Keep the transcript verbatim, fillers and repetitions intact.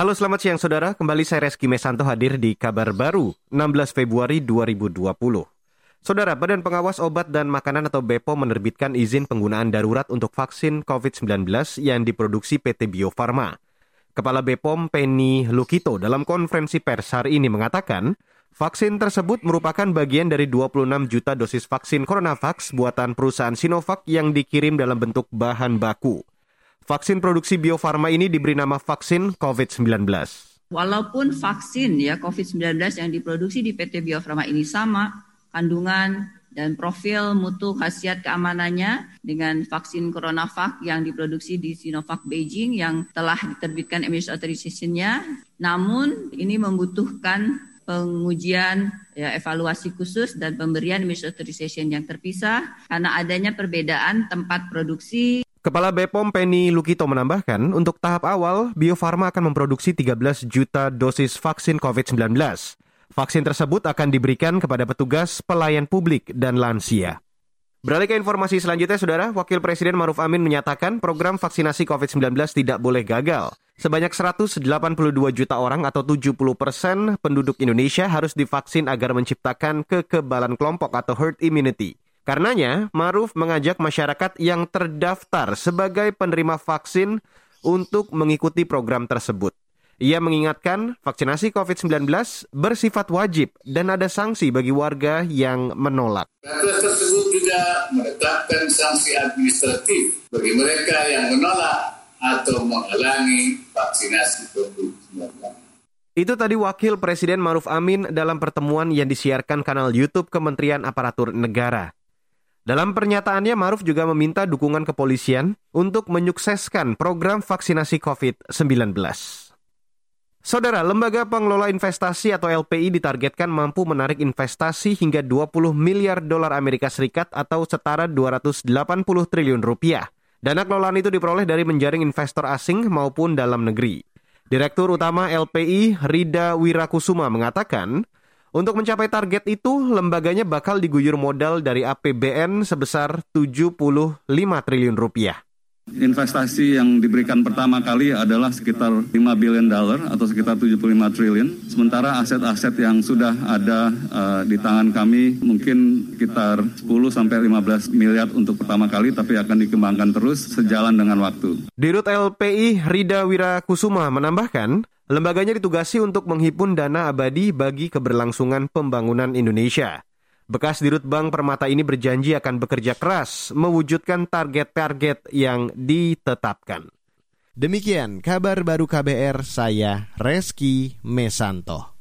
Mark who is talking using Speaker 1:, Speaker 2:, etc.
Speaker 1: Halo, selamat siang saudara. Kembali saya Reski Mesanto hadir di kabar baru enam belas Februari dua ribu dua puluh. Saudara, Badan Pengawas Obat dan Makanan atau B P O M menerbitkan izin penggunaan darurat untuk vaksin covid sembilan belas yang diproduksi P T Bio Farma. Kepala B P O M Penny Lukito dalam konferensi pers hari ini mengatakan, vaksin tersebut merupakan bagian dari dua puluh enam juta dosis vaksin CoronaVax buatan perusahaan Sinovac yang dikirim dalam bentuk bahan baku. Vaksin produksi Bio Farma ini diberi nama vaksin covid sembilan belas.
Speaker 2: Walaupun vaksin ya covid sembilan belas yang diproduksi di P T Bio Farma ini sama kandungan dan profil mutu khasiat keamanannya dengan vaksin CoronaVac yang diproduksi di Sinovac Beijing yang telah diterbitkan emergency authorization-nya, namun ini membutuhkan pengujian ya, evaluasi khusus dan pemberian emergency authorization yang terpisah karena adanya perbedaan tempat produksi.
Speaker 1: Kepala B P O M Penny Lukito menambahkan, untuk tahap awal, Bio Farma akan memproduksi tiga belas juta dosis vaksin covid sembilan belas. Vaksin tersebut akan diberikan kepada petugas, pelayan publik, dan lansia. Beralih ke informasi selanjutnya, Saudara, Wakil Presiden Maruf Amin menyatakan program vaksinasi covid sembilan belas tidak boleh gagal. Sebanyak seratus delapan puluh dua juta orang atau tujuh puluh persen penduduk Indonesia harus divaksin agar menciptakan kekebalan kelompok atau herd immunity. Karenanya, Maruf mengajak masyarakat yang terdaftar sebagai penerima vaksin untuk mengikuti program tersebut. Ia mengingatkan vaksinasi covid sembilan belas bersifat wajib dan ada sanksi bagi warga yang menolak.
Speaker 3: Perpres tersebut juga menetapkan sanksi administratif bagi mereka yang menolak atau menghalangi vaksinasi covid sembilan belas.
Speaker 1: Itu tadi Wakil Presiden Maruf Amin dalam pertemuan yang disiarkan kanal YouTube Kementerian Aparatur Negara. Dalam pernyataannya, Maruf juga meminta dukungan kepolisian untuk menyukseskan program vaksinasi covid sembilan belas. Saudara, Lembaga Pengelola Investasi atau L P I ditargetkan mampu menarik investasi hingga dua puluh miliar dolar Amerika Serikat atau setara dua ratus delapan puluh triliun rupiah. Dana kelolaan itu diperoleh dari menjaring investor asing maupun dalam negeri. Direktur Utama L P I, Rida Wirakusuma, mengatakan, untuk mencapai target itu, lembaganya bakal diguyur modal dari A P B N sebesar tujuh puluh lima triliun rupiah.
Speaker 4: Investasi yang diberikan pertama kali adalah sekitar lima billion dollar atau sekitar tujuh puluh lima triliun. Sementara aset-aset yang sudah ada uh, di tangan kami mungkin sekitar sepuluh sampai lima belas miliar untuk pertama kali, tapi akan dikembangkan terus sejalan dengan waktu.
Speaker 1: Dirut L P I Rida Wirakusuma menambahkan, lembaganya ditugasi untuk menghimpun dana abadi bagi keberlangsungan pembangunan Indonesia. Bekas Dirut Bank Permata ini berjanji akan bekerja keras mewujudkan target-target yang ditetapkan. Demikian kabar baru K B R, saya Reski Mesanto.